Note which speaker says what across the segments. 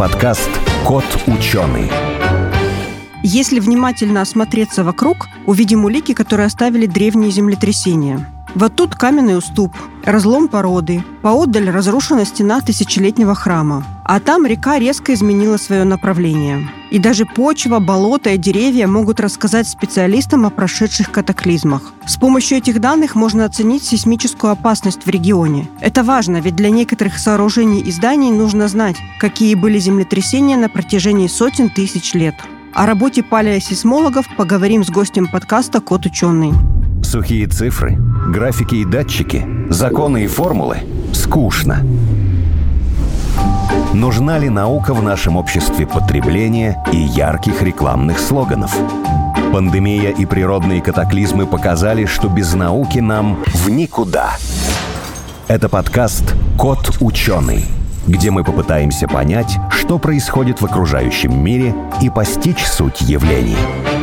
Speaker 1: подкаст «Кот ученый».
Speaker 2: Если внимательно осмотреться вокруг, увидим улики, которые оставили древние землетрясения. Вот тут каменный уступ, разлом породы, поодаль разрушена стена тысячелетнего храма, а там река резко изменила свое направление. И даже почва, болото и деревья могут рассказать специалистам о прошедших катаклизмах. С помощью этих данных можно оценить сейсмическую опасность в регионе. Это важно, ведь для некоторых сооружений и зданий нужно знать, какие были землетрясения на протяжении сотен тысяч лет. О работе палеосейсмологов поговорим с гостем подкаста «Кот ученый».
Speaker 1: Сухие цифры, графики и датчики, законы и формулы – скучно. Нужна ли наука в нашем обществе потребления и ярких рекламных слоганов? Пандемия и природные катаклизмы показали, что без науки нам в никуда. Это подкаст «Кот ученый», где мы попытаемся понять, что происходит в окружающем мире и постичь суть явлений.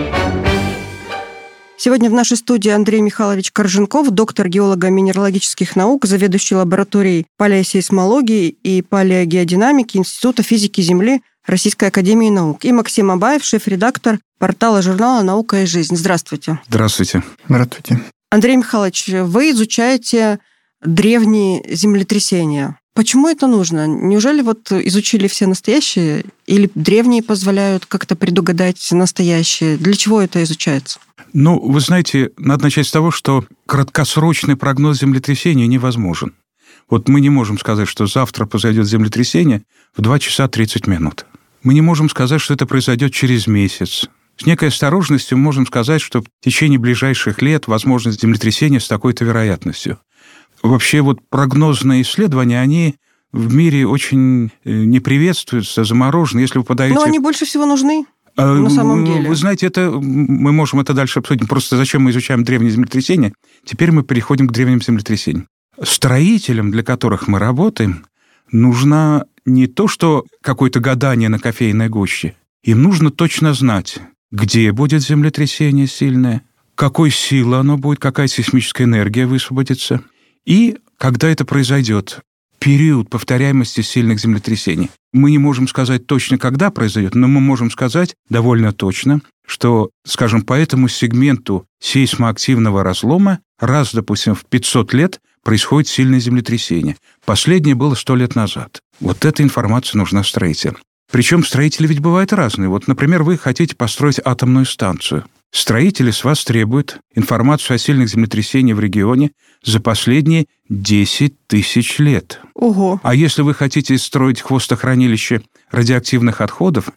Speaker 2: Сегодня в нашей студии Андрей Михайлович Корженков, доктор геолого-минералогических наук, заведующий лабораторией палеосейсмологии и палеогеодинамики Института физики Земли Российской академии наук, и Максим Абаев, шеф-редактор портала журнала «Наука и жизнь». Здравствуйте.
Speaker 3: Здравствуйте.
Speaker 4: Здравствуйте.
Speaker 2: Андрей Михайлович, вы изучаете древние землетрясения. Почему это нужно? Неужели изучили все настоящие, или древние позволяют как-то предугадать настоящие? Для чего это изучается?
Speaker 3: Вы знаете, надо начать с того, что краткосрочный прогноз землетрясения невозможен. Мы не можем сказать, что завтра произойдет землетрясение в 2 часа 30 минут. Мы не можем сказать, что это произойдет через месяц. С некой осторожностью мы можем сказать, что в течение ближайших лет возможность землетрясения с такой-то вероятностью. Вообще прогнозные исследования, они в мире очень не приветствуются, заморожены. Если вы подаете...
Speaker 2: Но они больше всего нужны на самом деле.
Speaker 3: Вы знаете, мы можем это дальше обсудить. Просто зачем мы изучаем древние землетрясения? Теперь мы переходим к древним землетрясениям. Строителям, для которых мы работаем, нужно не то, что какое-то гадание на кофейной гуще. Им нужно точно знать, где будет землетрясение сильное, какой силы оно будет, какая сейсмическая энергия высвободится. И когда это произойдет, период повторяемости сильных землетрясений. Мы не можем сказать точно, когда произойдет, но мы можем сказать довольно точно, что, скажем, по этому сегменту сейсмоактивного разлома раз, допустим, в 500 лет происходит сильное землетрясение. Последнее было 100 лет назад. Эта информация нужна строителям. Причем строители ведь бывают разные. Например, вы хотите построить атомную станцию. Строители с вас требуют информацию о сильных землетрясениях в регионе за последние 10 тысяч лет.
Speaker 2: Ого!
Speaker 3: А если вы хотите строить хвостохранилище радиоактивных отходов,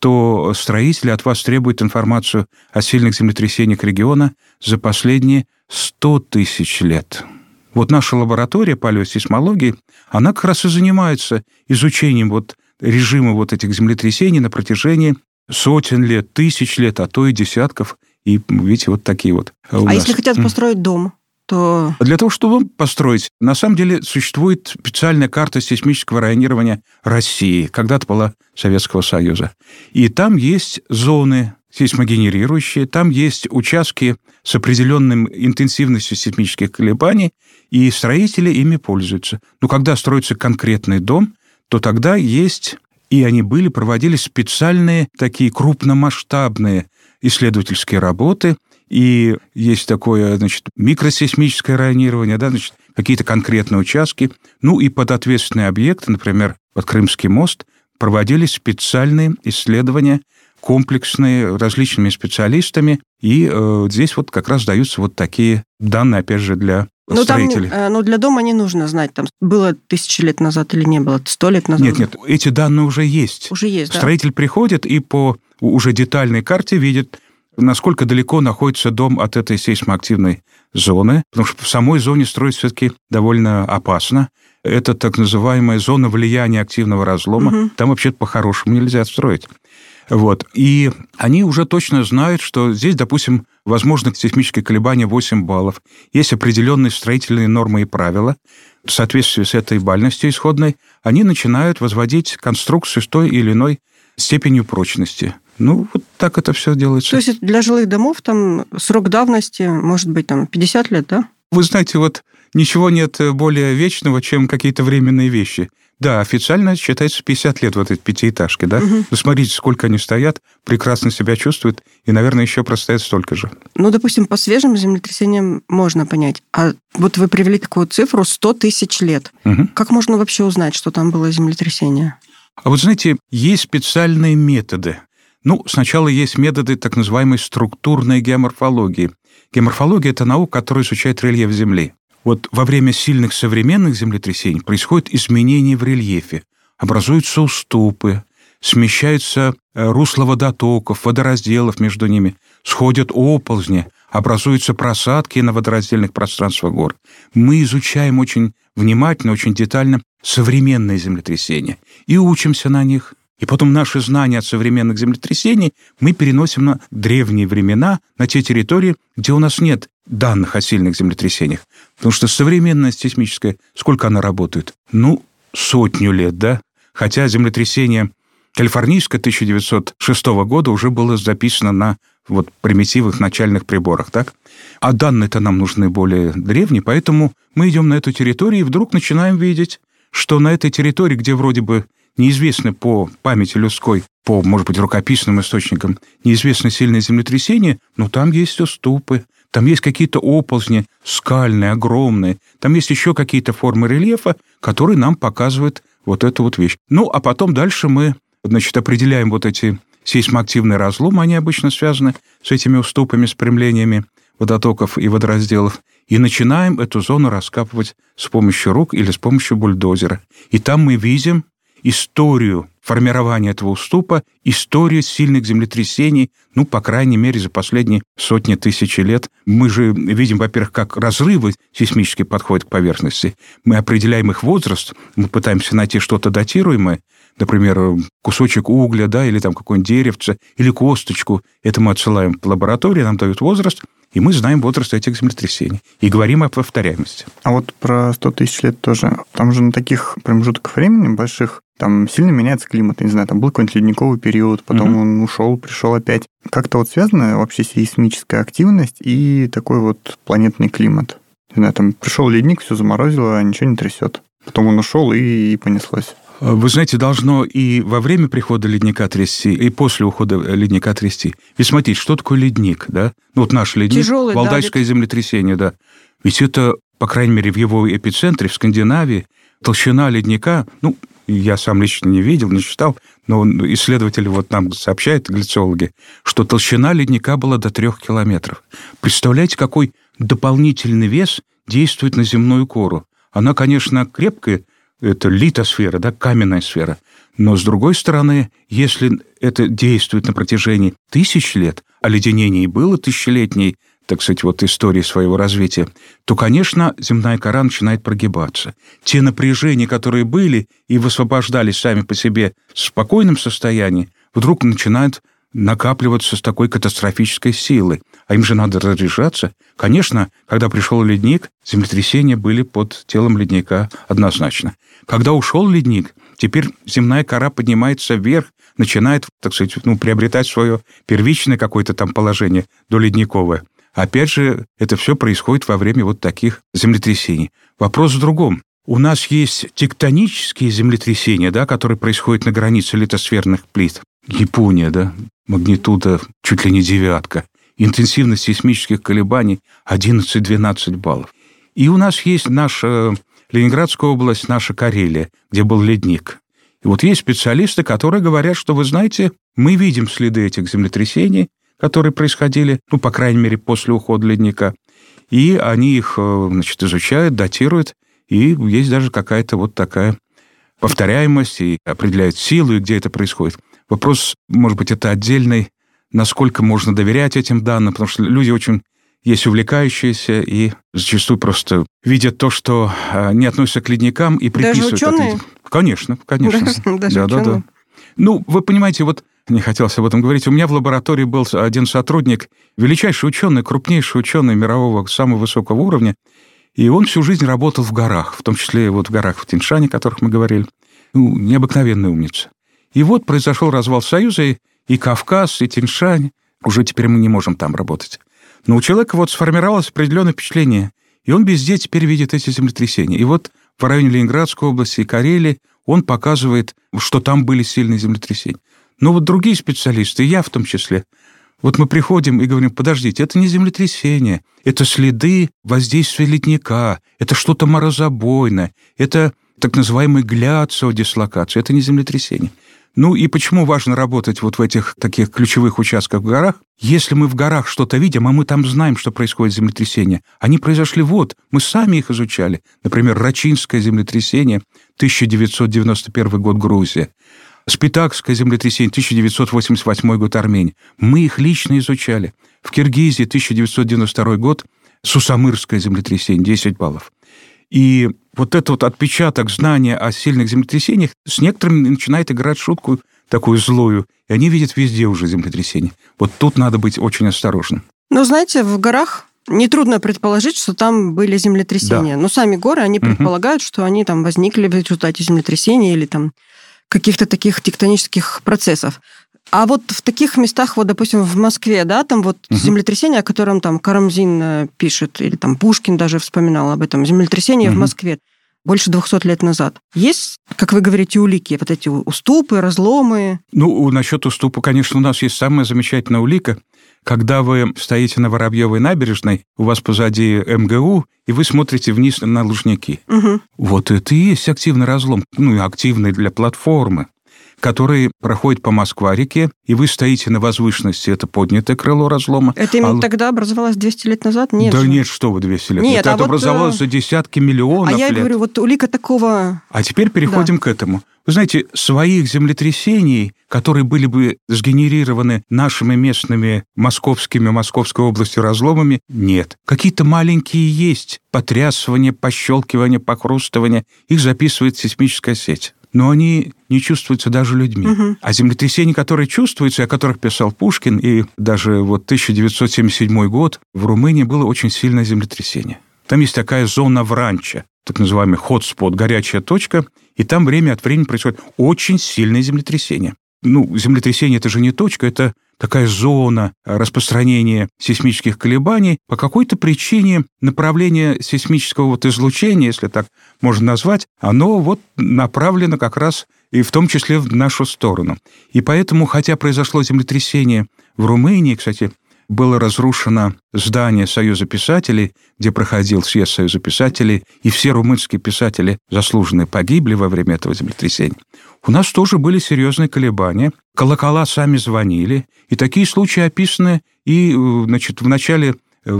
Speaker 3: то строители от вас требуют информацию о сильных землетрясениях региона за последние 100 тысяч лет. Наша лаборатория палеосейсмологии, она как раз и занимается изучением режима этих землетрясений на протяжении сотен лет, тысяч лет, а то и десятков. И, видите, такие у нас.
Speaker 2: Если хотят построить дом, то...
Speaker 3: Для того, чтобы дом построить, на самом деле существует специальная карта сейсмического районирования России. Когда-то была Советского Союза. И там есть зоны сейсмогенерирующие, там есть участки с определенной интенсивностью сейсмических колебаний, и строители ими пользуются. Но когда строится конкретный дом, то тогда есть... И проводились специальные такие крупномасштабные исследовательские работы. И есть такое, микросейсмическое районирование, какие-то конкретные участки. И под ответственные объекты, например, под Крымский мост, проводились специальные исследования, комплексные, различными специалистами. И здесь как раз даются такие данные, опять же, для строителей.
Speaker 2: Для дома не нужно знать, было 1000 лет назад или не было, 100 лет назад.
Speaker 3: Нет, эти данные уже есть.
Speaker 2: Уже есть, да.
Speaker 3: Строитель приходит и по уже детальной карте видит, насколько далеко находится дом от этой сейсмоактивной зоны, потому что в самой зоне строить все-таки довольно опасно. Это так называемая зона влияния активного разлома. Там вообще-то по-хорошему нельзя строить. И они уже точно знают, что здесь, допустим, возможно сейсмические колебания 8 баллов. Есть определенные строительные нормы и правила. В соответствии с этой бальностью исходной они начинают возводить конструкцию с той или иной степенью прочности. Так это все делается.
Speaker 2: То есть для жилых домов срок давности может быть 50 лет, да?
Speaker 3: Вы знаете, вот ничего нет более вечного, чем какие-то временные вещи. Да, официально считается 50 лет вот эти пятиэтажки, да?
Speaker 2: Угу.
Speaker 3: Но смотрите, сколько они стоят, прекрасно себя чувствуют, и, наверное, еще простоят столько же.
Speaker 2: Ну, допустим, по свежим землетрясениям можно понять. А вот вы привели такую цифру 100 тысяч лет.
Speaker 3: Угу.
Speaker 2: Как можно вообще узнать, что там было землетрясение?
Speaker 3: А вот знаете, есть специальные методы. Ну, сначала есть методы так называемой структурной геоморфологии. Геоморфология – это наука, которая изучает рельеф Земли. Вот во время сильных современных землетрясений происходят изменения в рельефе. Образуются уступы, смещаются русла водотоков, водоразделов между ними, сходят оползни, образуются просадки на водораздельных пространствах гор. Мы изучаем очень внимательно, очень детально современные землетрясения и учимся на них. И потом наши знания от современных землетрясений мы переносим на древние времена, на те территории, где у нас нет данных о сильных землетрясениях. Потому что современная сейсмическая, сколько она работает? 100 лет, да? Хотя землетрясение калифорнийское 1906 года уже было записано на примитивных начальных приборах, так? А данные-то нам нужны более древние, поэтому мы идем на эту территорию и вдруг начинаем видеть, что на этой территории, где вроде бы неизвестны по памяти людской, по, может быть, рукописным источникам, неизвестны сильные землетрясения, но там есть уступы, там есть какие-то оползни скальные, огромные, там есть еще какие-то формы рельефа, которые нам показывают вот эту вот вещь. А потом дальше мы, определяем вот эти сейсмоактивные разломы, они обычно связаны с этими уступами, спрямлениями водотоков и водоразделов, и начинаем эту зону раскапывать с помощью рук или с помощью бульдозера. И там мы видим историю формирования этого уступа, историю сильных землетрясений, по крайней мере, за последние сотни тысяч лет. Мы же видим, во-первых, как разрывы сейсмически подходят к поверхности. Мы определяем их возраст, мы пытаемся найти что-то датируемое, например, кусочек угля, да, или там какое-нибудь деревце, или косточку. Это мы отсылаем в лабораторию, нам дают возраст, и мы знаем возраст этих землетрясений. И говорим о повторяемости.
Speaker 4: А вот про 100 тысяч лет тоже. Там же на таких промежутках времени больших там сильно меняется климат. Я не знаю, там был какой-нибудь ледниковый период, потом он ушел, пришел опять. Как-то вот связана вообще сейсмическая активность и такой вот планетный климат? Не знаю, там пришел ледник, все заморозило, а ничего не трясет. Потом он ушел и понеслось.
Speaker 3: Вы знаете, должно и во время прихода ледника трясти, и после ухода ледника трясти. Ведь смотрите, что такое ледник, да? Наш ледник, тяжелый, Валдайское землетрясение, да. Ведь это, по крайней мере, в его эпицентре, в Скандинавии, толщина ледника, я сам лично не видел, не читал, но исследователи нам сообщают, гляциологи, что толщина ледника была до 3 километров. Представляете, какой дополнительный вес действует на земную кору? Она, конечно, крепкая, это литосфера, да, каменная сфера. Но, с другой стороны, если это действует на протяжении 1000 лет, а леденение было тысячелетней, так сказать, истории своего развития, то, конечно, земная кора начинает прогибаться. Те напряжения, которые были и высвобождались сами по себе в спокойном состоянии, вдруг начинают накапливаться с такой катастрофической силой. А им же надо разряжаться. Конечно, когда пришел ледник, землетрясения были под телом ледника однозначно. Когда ушел ледник, теперь земная кора поднимается вверх, начинает, так сказать, приобретать свое первичное какое-то там положение доледниковое. Опять же, это все происходит во время таких землетрясений. Вопрос в другом. У нас есть тектонические землетрясения, да, которые происходят на границе литосферных плит. Япония, да, магнитуда чуть ли не 9. Интенсивность сейсмических колебаний 11-12 баллов. И у нас есть наша Ленинградская область, наша Карелия, где был ледник. И есть специалисты, которые говорят, что, вы знаете, мы видим следы этих землетрясений, которые происходили, по крайней мере, после ухода ледника. И они их, изучают, датируют, и есть даже какая-то такая повторяемость, и определяют силу, и где это происходит. Вопрос, может быть, это отдельный, насколько можно доверять этим данным, потому что люди очень есть увлекающиеся и зачастую просто видят то, что не относится к ледникам, и приписывают.
Speaker 2: Даже ученые?
Speaker 3: Конечно.
Speaker 2: Даже ученые?
Speaker 3: Вы понимаете, не хотелось об этом говорить, у меня в лаборатории был один сотрудник, величайший ученый, крупнейший ученый мирового самого высокого уровня, и он всю жизнь работал в горах, в том числе в горах в Тянь-Шане, о которых мы говорили. Необыкновенная умница. И произошел развал Союза, и Кавказ, и Тянь-Шань, уже теперь мы не можем там работать. Но у человека сформировалось определенное впечатление. И он везде теперь видит эти землетрясения. И вот в районе Ленинградской области и Карелии он показывает, что там были сильные землетрясения. Но вот другие специалисты, и я в том числе, вот мы приходим и говорим, подождите, это не землетрясение, это следы воздействия ледника, это что-то морозобойное, это так называемая гляциодислокация, это не землетрясение. Ну и почему важно работать вот в этих таких ключевых участках в горах? Если мы в горах что-то видим, а мы там знаем, что происходит землетрясение, они произошли мы сами их изучали. Например, Рачинское землетрясение, 1991 год, Грузия. Спитакское землетрясение, 1988 год, Армения. Мы их лично изучали. В Киргизии, 1992 год, Сусамырское землетрясение, 10 баллов. И вот этот вот отпечаток знания о сильных землетрясениях с некоторыми начинает играть шутку такую злую, и они видят везде уже землетрясения. Вот тут надо быть очень осторожным.
Speaker 2: Но, знаете, в горах нетрудно предположить, что там были землетрясения. Да. Но сами горы, они предполагают, что они там возникли в результате землетрясения или там каких-то таких тектонических процессов. А вот в таких местах, вот, допустим, в Москве, да, там вот землетрясение, о котором там Карамзин пишет, или там Пушкин даже вспоминал об этом, землетрясение в Москве больше 200 лет назад. Есть, как вы говорите, улики, вот эти уступы, разломы? Ну,
Speaker 3: насчет уступа, конечно, у нас есть самая замечательная улика. Когда вы стоите на Воробьевой набережной, у вас позади МГУ, и вы смотрите вниз на Лужники. Вот это и есть активный разлом, активный для платформы, который проходит по Москва-реке, и вы стоите на возвышенности, это поднятое крыло разлома.
Speaker 2: Это именно тогда образовалось 200 лет назад? Нет.
Speaker 3: Да
Speaker 2: же.
Speaker 3: Нет, что вы 200 лет.
Speaker 2: Нет,
Speaker 3: это образовалось за десятки миллионов лет.
Speaker 2: А я говорю, вот улика такого...
Speaker 3: А теперь переходим к этому. Вы знаете, своих землетрясений, которые были бы сгенерированы нашими местными Московской областью разломами, нет. Какие-то маленькие есть. Потрясывания, пощелкивания, похрустывания. Их записывает сейсмическая сеть. Но они не чувствуются даже людьми. А землетрясения, которые чувствуются, о которых писал Пушкин, и даже вот 1977 год в Румынии было очень сильное землетрясение. Там есть такая зона Вранча, так называемый хотспот, горячая точка, и там время от времени происходит очень сильное землетрясение. Землетрясение – это же не точка, это такая зона распространения сейсмических колебаний. По какой-то причине направление сейсмического излучения, если так можно назвать, оно направлено как раз и в том числе в нашу сторону. И поэтому, хотя произошло землетрясение в Румынии, кстати, было разрушено здание Союза писателей, где проходил съезд Союза писателей, и все румынские писатели заслуженные погибли во время этого землетрясения. У нас тоже были серьезные колебания. Колокола сами звонили, и такие случаи описаны и, в начале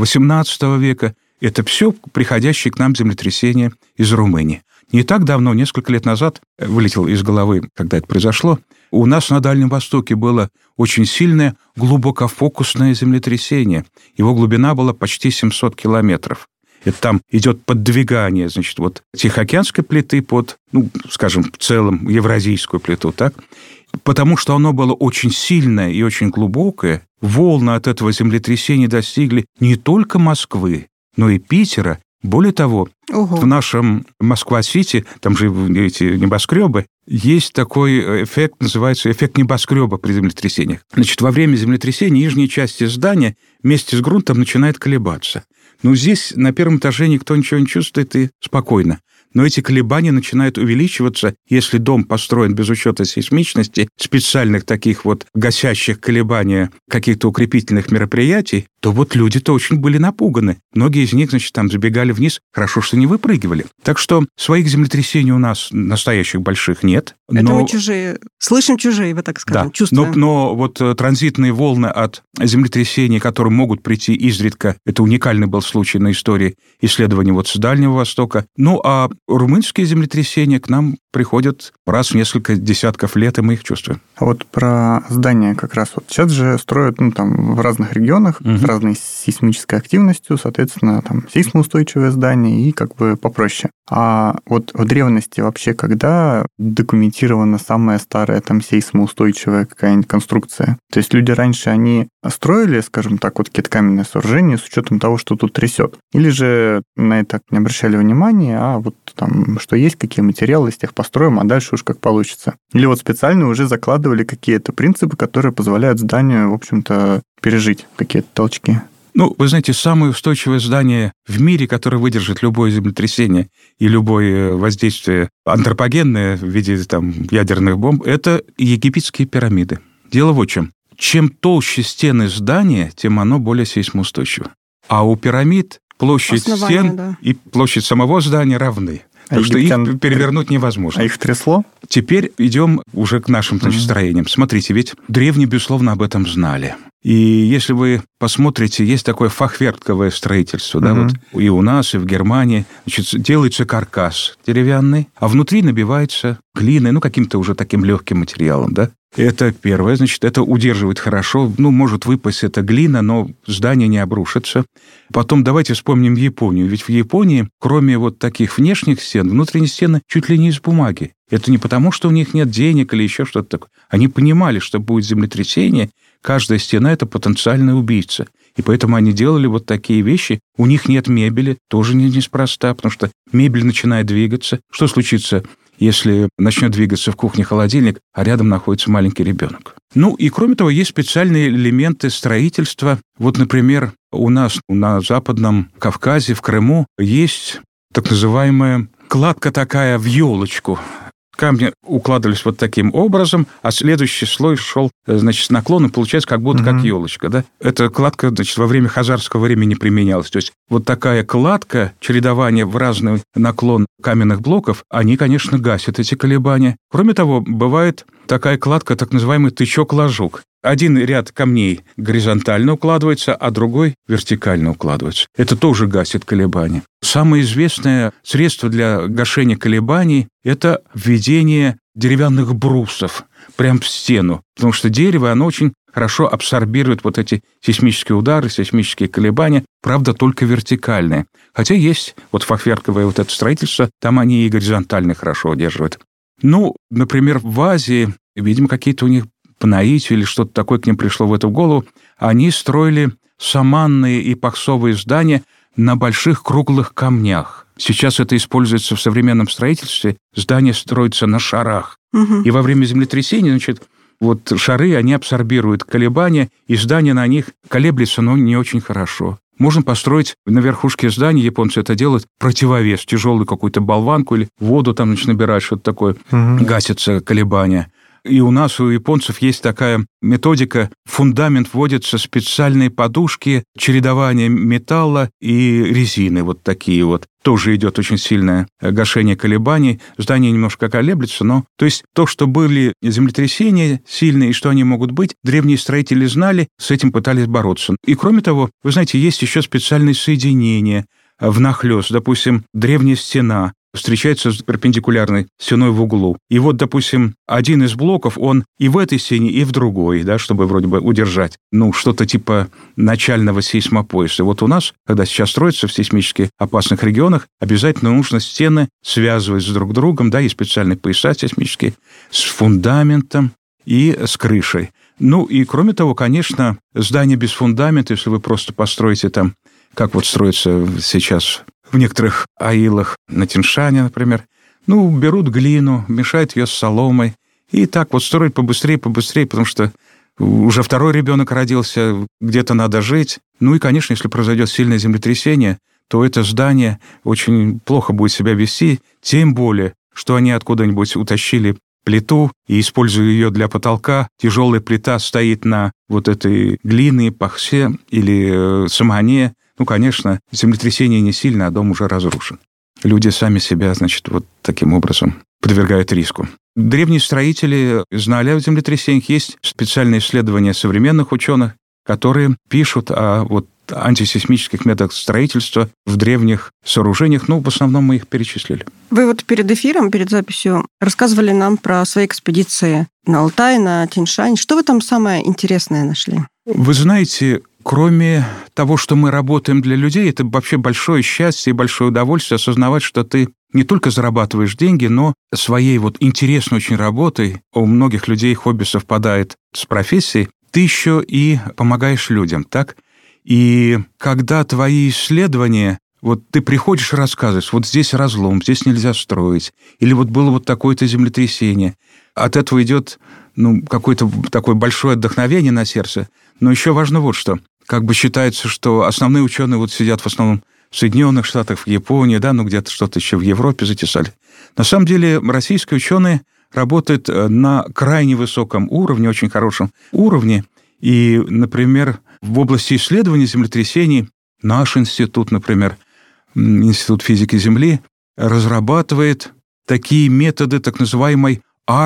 Speaker 3: XVIII века. Это все приходящие к нам землетрясения из Румынии. Не так давно, несколько лет назад, вылетело из головы, когда это произошло, у нас на Дальнем Востоке было очень сильное глубокофокусное землетрясение. Его глубина была почти 700 километров. Это там идет поддвигание, Тихоокеанской плиты под, в целом, Евразийскую плиту, так? Потому что оно было очень сильное и очень глубокое, волны от этого землетрясения достигли не только Москвы, но и Питера. Более того, в нашем Москва-Сити, там же эти небоскребы, есть такой эффект, называется эффект небоскреба при землетрясениях. Во время землетрясения нижняя часть здания вместе с грунтом начинает колебаться. Здесь на первом этаже никто ничего не чувствует и спокойно. Но эти колебания начинают увеличиваться, если дом построен без учета сейсмичности, специальных таких гасящих колебания каких-то укрепительных мероприятий, то люди-то очень были напуганы. Многие из них, там забегали вниз, хорошо, что не выпрыгивали. Так что своих землетрясений у нас настоящих больших нет.
Speaker 2: Это мы чужие, слышим чужие, вы так скажем,
Speaker 3: да.
Speaker 2: чувствуем.
Speaker 3: Но транзитные волны от землетрясений, которые могут прийти изредка, это уникальный был случай на истории исследований с Дальнего Востока. А румынские землетрясения к нам приходят раз в несколько десятков лет, и мы их чувствуем.
Speaker 4: А про здания как раз сейчас же строят в разных регионах с разной сейсмической активностью, соответственно, сейсмоустойчивое здание и попроще. А в древности вообще когда документирована самая старая сейсмоустойчивая какая-нибудь конструкция? То есть люди раньше, они строили, скажем так, какие-то каменные сооружения с учетом того, что тут трясет? Или же на это не обращали внимания, а что есть, какие материалы, из тех построим, а дальше уж как получится? Или специально уже закладывали какие-то принципы, которые позволяют зданию, в общем-то, пережить какие-то толчки?
Speaker 3: Ну, вы знаете, самое устойчивое здание в мире, которое выдержит любое землетрясение и любое воздействие антропогенное в виде там, ядерных бомб, это египетские пирамиды. Дело вот в чем. Чем толще стены здания, тем оно более сейсмоустойчиво. А у пирамид площадь стен и площадь самого здания равны. Потому что их перевернуть невозможно.
Speaker 4: А их трясло?
Speaker 3: Теперь идем уже к нашим строениям. Смотрите, ведь древние, безусловно, об этом знали. И если вы посмотрите, есть такое фахверковое строительство, да, вот и у нас, и в Германии, значит, делается каркас деревянный, а внутри набивается глиной, каким-то уже таким легким материалом, да. Это первое, значит, это удерживает хорошо, может выпасть эта глина, но здание не обрушится. Потом давайте вспомним Японию, ведь в Японии, кроме вот таких внешних стен, внутренние стены чуть ли не из бумаги. Это не потому, что у них нет денег или еще что-то такое. Они понимали, что будет землетрясение, каждая стена – это потенциальный убийца. И поэтому они делали вот такие вещи. У них нет мебели, тоже неспроста, потому что мебель начинает двигаться. Что случится, если начнет двигаться в кухне холодильник, а рядом находится маленький ребенок? И кроме того, есть специальные элементы строительства. Вот, например, у нас на Западном Кавказе, в Крыму, есть так называемая кладка такая в елочку. Камни укладывались вот таким образом, а следующий слой шел, значит, с наклоном, получается, как будто как елочка, да? Эта кладка, значит, во время хазарского времени применялась. То есть вот такая кладка, чередование в разный наклон каменных блоков, они, конечно, гасят эти колебания. Кроме того, бывает такая кладка, так называемый тычок-ложок. Один ряд камней горизонтально укладывается, а другой вертикально укладывается. Это тоже гасит колебания. Самое известное средство для гашения колебаний – это введение деревянных брусов прямо в стену, потому что дерево, оно очень хорошо абсорбирует вот эти сейсмические удары, сейсмические колебания, правда, только вертикальные. Хотя есть вот фахверковое вот это строительство, там они и горизонтально хорошо удерживают. Например, в Азии, видимо, какие-то у них по наитию или что-то такое к ним пришло в эту голову, они строили саманные и пахсовые здания на больших круглых камнях. Сейчас это используется в современном строительстве. Здания строятся на шарах. И во время землетрясения, значит, вот шары, они абсорбируют колебания, и здание на них колеблется, но не очень хорошо. Можно построить на верхушке здания, японцы это делают, противовес, тяжелую какую-то болванку или воду там набирать, что-то такое, гасятся колебания. И у нас, у японцев, есть такая методика. В фундамент вводятся специальные подушки, чередование металла и резины. Вот такие вот. Тоже идет очень сильное гашение колебаний. Здание немножко колеблется, но... То есть то, что были землетрясения сильные и что они могут быть, древние строители знали, с этим пытались бороться. И кроме того, вы знаете, есть еще специальные соединения внахлёст. Допустим, древняя стена встречается с перпендикулярной стеной в углу. И вот, допустим, один из блоков, он и в этой стене, и в другой, да, чтобы вроде бы удержать, что-то типа начального сейсмопояса. Вот у нас, когда сейчас строится в сейсмически опасных регионах, обязательно нужно стены связывать с друг другом, да, есть специальные пояса сейсмические, с фундаментом и с крышей. И кроме того, конечно, здание без фундамента, если вы просто построите там, как вот строится сейчас в некоторых аилах на Тянь-Шане, например, берут глину, мешают ее с соломой, и так вот строить побыстрее, потому что уже второй ребенок родился, где-то надо жить. И, конечно, если произойдет сильное землетрясение, то это здание очень плохо будет себя вести, тем более, что они откуда-нибудь утащили плиту и используя ее для потолка. Тяжелая плита стоит на вот этой глине, пахсе или самане. Конечно, землетрясение не сильно, а дом уже разрушен. Люди сами себя, значит, вот таким образом подвергают риску. Древние строители знали о землетрясениях. Есть специальные исследования современных ученых, которые пишут о антисейсмических методах строительства в древних сооружениях. В основном мы их перечислили.
Speaker 2: Вы вот перед эфиром, перед записью рассказывали нам про свои экспедиции на Алтай, на Тянь-Шань. Что вы там самое интересное нашли?
Speaker 3: Вы знаете, кроме того, что мы работаем для людей, это вообще большое счастье и большое удовольствие осознавать, что ты не только зарабатываешь деньги, но своей интересной очень работой, у многих людей хобби совпадает с профессией, ты еще и помогаешь людям, так? И когда твои исследования, ты приходишь и рассказываешь, здесь разлом, здесь нельзя строить, или было такое-то землетрясение, от этого идет какое-то такое большое вдохновение на сердце. Но еще важно вот что. как бы считается, что основные ученые вот сидят в основном в Соединенных Штатах, в Японии, да, ну где-то что-то еще в Европе затесали. На самом деле российские ученые работают на крайне высоком уровне, очень хорошем уровне. И, например, в области исследования землетрясений наш институт, например, Институт физики Земли, разрабатывает такие методы так называемой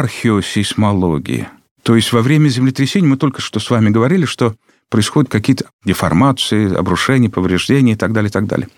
Speaker 3: археосейсмологии. То есть во время землетрясений, мы только что с вами говорили, что происходят какие-то деформации, обрушения, повреждения и так далее, и так далее.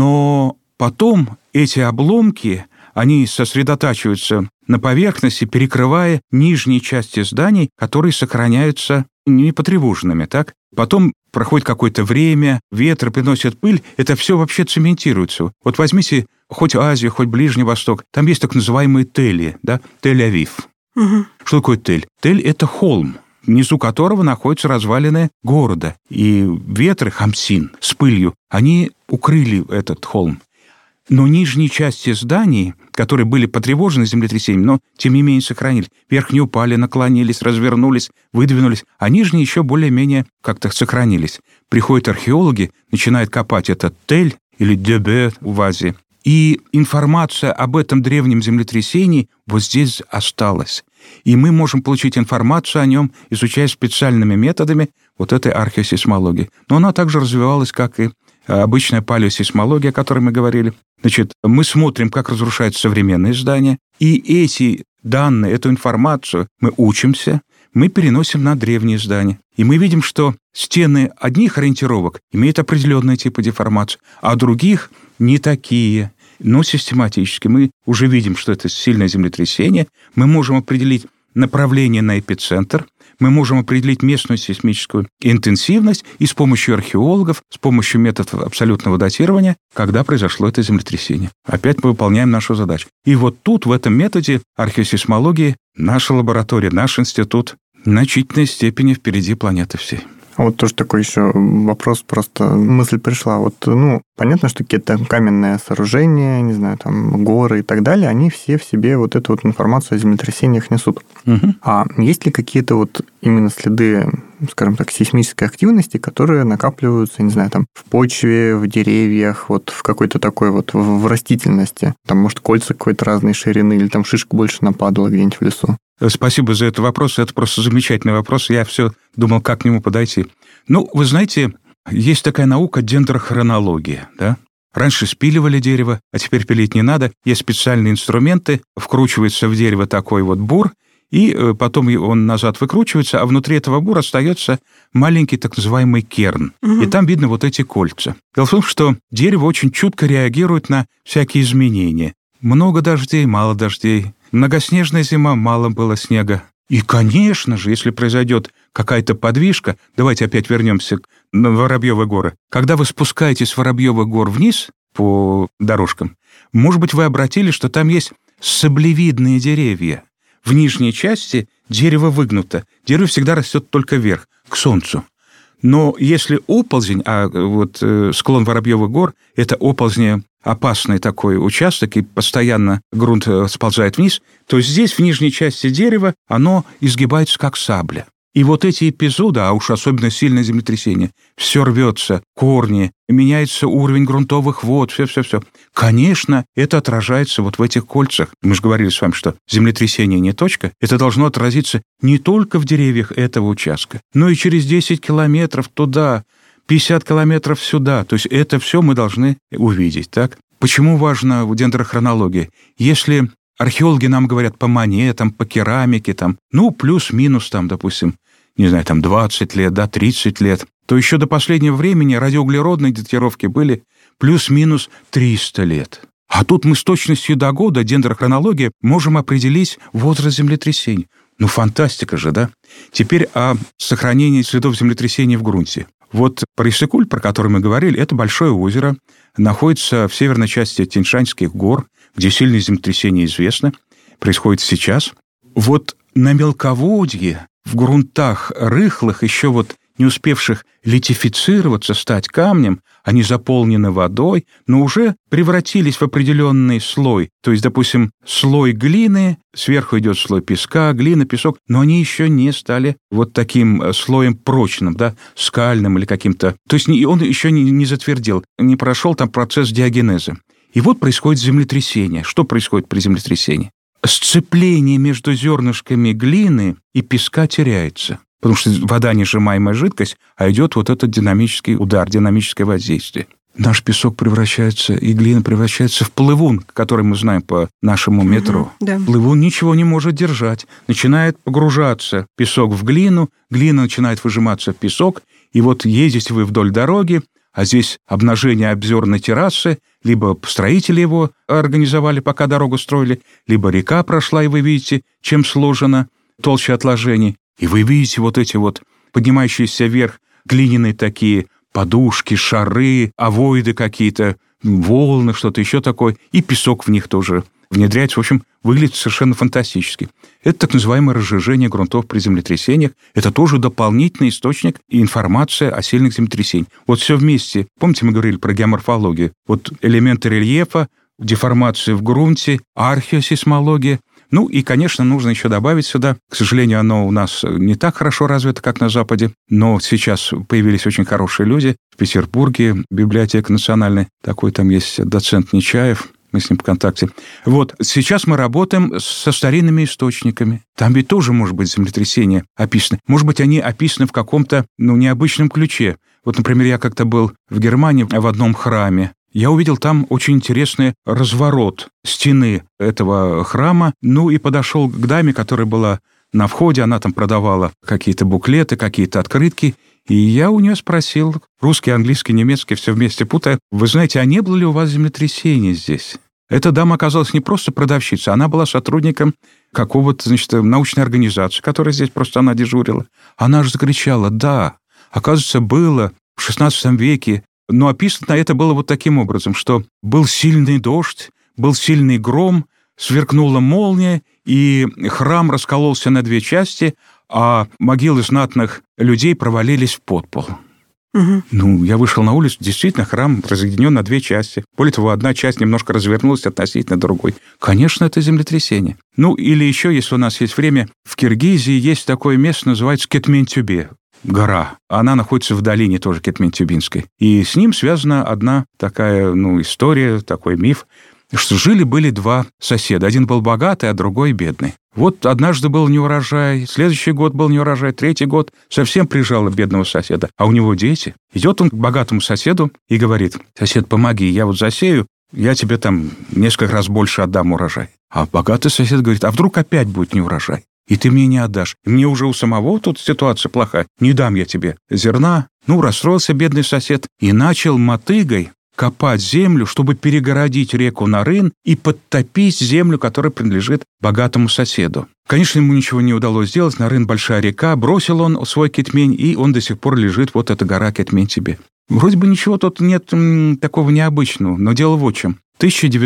Speaker 3: Но потом эти обломки, они сосредотачиваются на поверхности, перекрывая нижние части зданий, которые сохраняются непотревоженными, так? Потом проходит какое-то время, ветры приносят пыль, это все вообще цементируется. Вот возьмите хоть Азию, хоть Ближний Восток, там есть так называемые тели, да, Тель-Авив. Угу. Что такое Тель? Тель – это холм, внизу которого находятся развалины города. И ветры, Хамсин, с пылью, они укрыли этот холм. Но нижние части зданий, которые были потревожены землетрясением, но тем не менее сохранились, верхние упали, наклонились, развернулись, выдвинулись, а нижние еще более-менее как-то сохранились. Приходят археологи, начинают копать этот Тель или Дебе в Азии, и информация об этом древнем землетрясении вот здесь осталась. И мы можем получить информацию о нем, изучая специальными методами вот этой археосейсмологии. Но она также развивалась, как и обычная палеосейсмология, о которой мы говорили. Значит, мы смотрим, как разрушаются современные здания, и эти данные, эту информацию мы учимся, мы переносим на древние здания. И мы видим, что стены одних ориентировок имеют определенные типы деформации, а других не такие. Но систематически мы уже видим, что это сильное землетрясение, мы можем определить направление на эпицентр, мы можем определить местную сейсмическую интенсивность и с помощью археологов, с помощью методов абсолютного датирования, когда произошло это землетрясение. Опять мы выполняем нашу задачу. И вот тут, в этом методе археосейсмологии, наша лаборатория, наш институт в значительной степени впереди планеты всей.
Speaker 4: А вот тоже такой еще вопрос, просто мысль пришла. Вот, понятно, что какие-то каменные сооружения, не знаю, там горы и так далее, они все в себе вот эту вот информацию о землетрясениях несут. Угу. А есть ли какие-то вот именно следы, скажем так, сейсмической активности, которые накапливаются, не знаю, там в почве, в деревьях, вот в какой-то такой вот в растительности? Там, может, кольца какой-то разной ширины или там шишка больше нападала где-нибудь в лесу?
Speaker 3: Спасибо за этот вопрос. Это просто замечательный вопрос. Я все думал, как к нему подойти. Вы знаете, есть такая наука дендрохронология, да? Раньше спиливали дерево, а теперь пилить не надо. Есть специальные инструменты, вкручивается в дерево такой вот бур, и потом он назад выкручивается, а внутри этого бура остается маленький так называемый керн. Угу. И там видно вот эти кольца. Дело в том, что дерево очень чутко реагирует на всякие изменения. Много дождей, мало дождей. Многоснежная зима, мало было снега. И, конечно же, если произойдет какая-то подвижка, давайте опять вернемся на Воробьевы горы. Когда вы спускаетесь с Воробьевых гор вниз по дорожкам, может быть, вы обратили, что там есть саблевидные деревья. В нижней части дерево выгнуто. Дерево всегда растет только вверх, к солнцу. Но если оползень, а вот склон Воробьевых гор – это оползни опасный такой участок, и постоянно грунт сползает вниз, то здесь, в нижней части дерева, оно изгибается как сабля. И вот эти эпизоды, а уж особенно сильное землетрясение, все рвется, корни, меняется уровень грунтовых вод, все. Конечно, это отражается вот в этих кольцах. Мы же говорили с вами, что землетрясение не точка. Это должно отразиться не только в деревьях этого участка, но и через 10 километров туда, 50 километров сюда. То есть это все мы должны увидеть, так? Почему важна дендрохронология? Если археологи нам говорят по монетам, по керамике, плюс-минус, допустим, 20 лет, 30 лет, то еще до последнего времени радиоуглеродные датировки были плюс-минус 300 лет. А тут мы с точностью до года, дендрохронология, можем определить возраст землетрясений. Фантастика же, да? Теперь о сохранении следов землетрясений в грунте. Вот Иссык-Куль, про который мы говорили, это большое озеро, находится в северной части Тянь-Шаньских гор, где сильные землетрясения известны, происходит сейчас. Вот на мелководье, в грунтах рыхлых, еще не успевших литифицироваться, стать камнем, они заполнены водой, но уже превратились в определенный слой. То есть, допустим, слой глины, сверху идет слой песка, глина, песок, но они еще не стали вот таким слоем прочным, да, скальным или каким-то. То есть он еще не затвердел, не прошел там процесс диагенеза. И вот происходит землетрясение. Что происходит при землетрясении? Сцепление между зернышками глины и песка теряется. Потому что вода несжимаемая жидкость, а идет вот этот динамический удар, динамическое воздействие. Наш песок превращается, и глина превращается в плывун, который мы знаем по нашему метро.
Speaker 2: Да.
Speaker 3: Плывун ничего не может держать. Начинает погружаться песок в глину, глина начинает выжиматься в песок, и вот ездите вы вдоль дороги, а здесь обнажение обзорной террасы, либо строители его организовали, пока дорогу строили, либо река прошла, и вы видите, чем сложена толща отложений. И вы видите вот эти вот поднимающиеся вверх глиняные такие подушки, шары, овоиды какие-то, волны, что-то еще такое, и песок в них тоже внедряется. В общем, выглядит совершенно фантастически. Это так называемое разжижение грунтов при землетрясениях. Это тоже дополнительный источник и информация о сильных землетрясениях. Вот все вместе. Помните, мы говорили про геоморфологию? Вот элементы рельефа, деформации в грунте, археосейсмология. Ну и, конечно, нужно еще добавить сюда, к сожалению, оно у нас не так хорошо развито, как на Западе, но сейчас появились очень хорошие люди в Петербурге, библиотека национальная, такой там есть доцент Нечаев, мы с ним в контакте. Вот, сейчас мы работаем со старинными источниками. Там ведь тоже может быть землетрясение описано. Может быть, они описаны в каком-то, необычном ключе. Вот, например, я как-то был в Германии в одном храме. Я увидел там очень интересный разворот стены этого храма, и подошел к даме, которая была на входе, она там продавала какие-то буклеты, какие-то открытки, и я у нее спросил, русский, английский, немецкий, все вместе путая, вы знаете, а не было ли у вас землетрясения здесь? Эта дама оказалась не просто продавщицей, она была сотрудником какого-то, научной организации, которая здесь просто она дежурила. Она же закричала, да, оказывается, было в XVI веке. Но описано это было вот таким образом, что был сильный дождь, был сильный гром, сверкнула молния, и храм раскололся на две части, а могилы знатных людей провалились в подпол. Угу. Я вышел на улицу, действительно, храм разъединен на две части. Более того, одна часть немножко развернулась относительно другой. Конечно, это землетрясение. Или еще, если у нас есть время, в Киргизии есть такое место, называется Кетмен-Тюбе. Гора. Она находится в долине тоже Кетмен-Тюбинской. И с ним связана одна такая, история, такой миф, что жили-были два соседа. Один был богатый, а другой бедный. Вот однажды был неурожай, следующий год был неурожай, третий год совсем прижало бедного соседа. А у него дети. Идет он к богатому соседу и говорит, сосед, помоги, я вот засею, я тебе там несколько раз больше отдам урожай. А богатый сосед говорит, а вдруг опять будет неурожай? И ты мне не отдашь. Мне уже у самого тут ситуация плохая. Не дам я тебе зерна. Расстроился бедный сосед и начал мотыгой копать землю, чтобы перегородить реку Нарын и подтопить землю, которая принадлежит богатому соседу. Конечно, ему ничего не удалось сделать. Нарын — большая река. Бросил он свой Кетмень, и он до сих пор лежит, вот эта гора Кетмен-Тюбе. Вроде бы ничего тут нет такого необычного, но дело в чем. В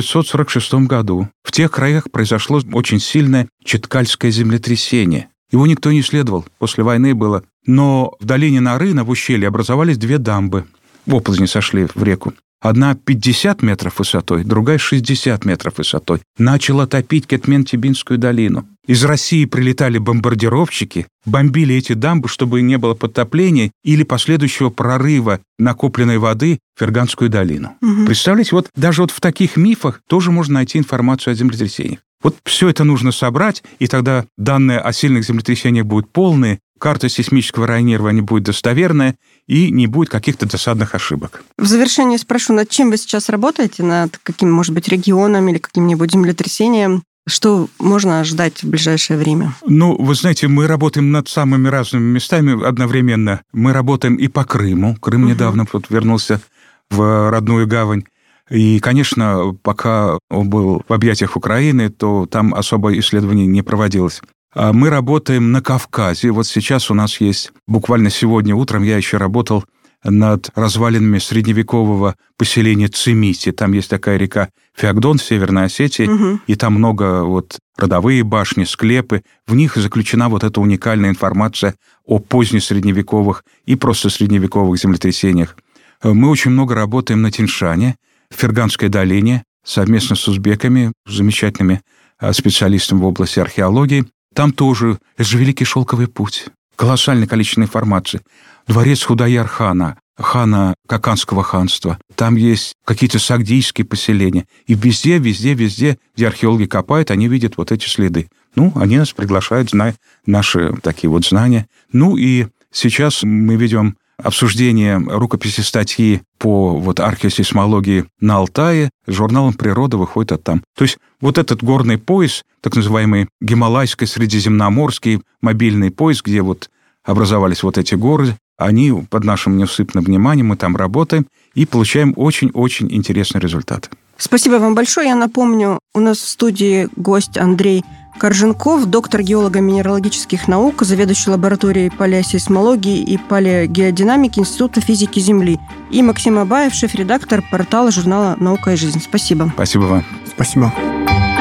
Speaker 3: 1946 году в тех краях произошло очень сильное Читкальское землетрясение. Его никто не исследовал, после войны было. Но в долине Нарына, в ущелье, образовались две дамбы. Оползни сошли в реку. Одна 50 метров высотой, другая 60 метров высотой. Начала топить Кетмен-Тюбинскую долину. Из России прилетали бомбардировщики, бомбили эти дамбы, чтобы не было подтопления или последующего прорыва накопленной воды в Ферганскую долину. Угу. Представляете, даже в таких мифах тоже можно найти информацию о землетрясениях. Вот все это нужно собрать, и тогда данные о сильных землетрясениях будут полные, карта сейсмического районирования будет достоверная, и не будет каких-то досадных ошибок.
Speaker 2: В завершение спрошу, над чем вы сейчас работаете? Над каким, может быть, регионом или каким-нибудь землетрясением? Что можно ожидать в ближайшее время?
Speaker 3: Вы знаете, мы работаем над самыми разными местами одновременно. Мы работаем и по Крыму. Крым недавно вернулся в родную гавань. И, конечно, пока он был в объятиях Украины, то там особо исследований не проводилось. Мы работаем на Кавказе. Вот сейчас у нас есть, буквально сегодня утром я еще работал над развалинами средневекового поселения Цимити. Там есть такая река Феогдон в Северной Осетии, и там много родовые башни, склепы. В них заключена эта уникальная информация о позднесредневековых и просто средневековых землетрясениях. Мы очень много работаем на Тиньшане, в Ферганской долине, совместно с узбеками, замечательными специалистами в области археологии. Там тоже, это же Великий Шелковый путь. Колоссальное количество информации. Дворец Худаяр-хана, хана Каканского ханства. Там есть какие-то сагдийские поселения. И везде, где археологи копают, они видят эти следы. Они нас приглашают, зная наши такие знания. И сейчас мы ведем обсуждение рукописи статьи по археосейсмологии на Алтае. Журналом «Природа» выходит оттам. То есть этот горный пояс, так называемый Гималайско-Средиземноморский мобильный пояс, где образовались эти горы, они под нашим неусыпным вниманием, мы там работаем и получаем очень-очень интересные результаты.
Speaker 2: Спасибо вам большое. Я напомню, у нас в студии гость Андрей Корженков, доктор геолого-минералогических наук, заведующий лабораторией палеосейсмологии и палеогеодинамики Института физики Земли, и Максим Абаев, шеф-редактор портала журнала «Наука и жизнь». Спасибо.
Speaker 3: Спасибо вам.
Speaker 4: Спасибо.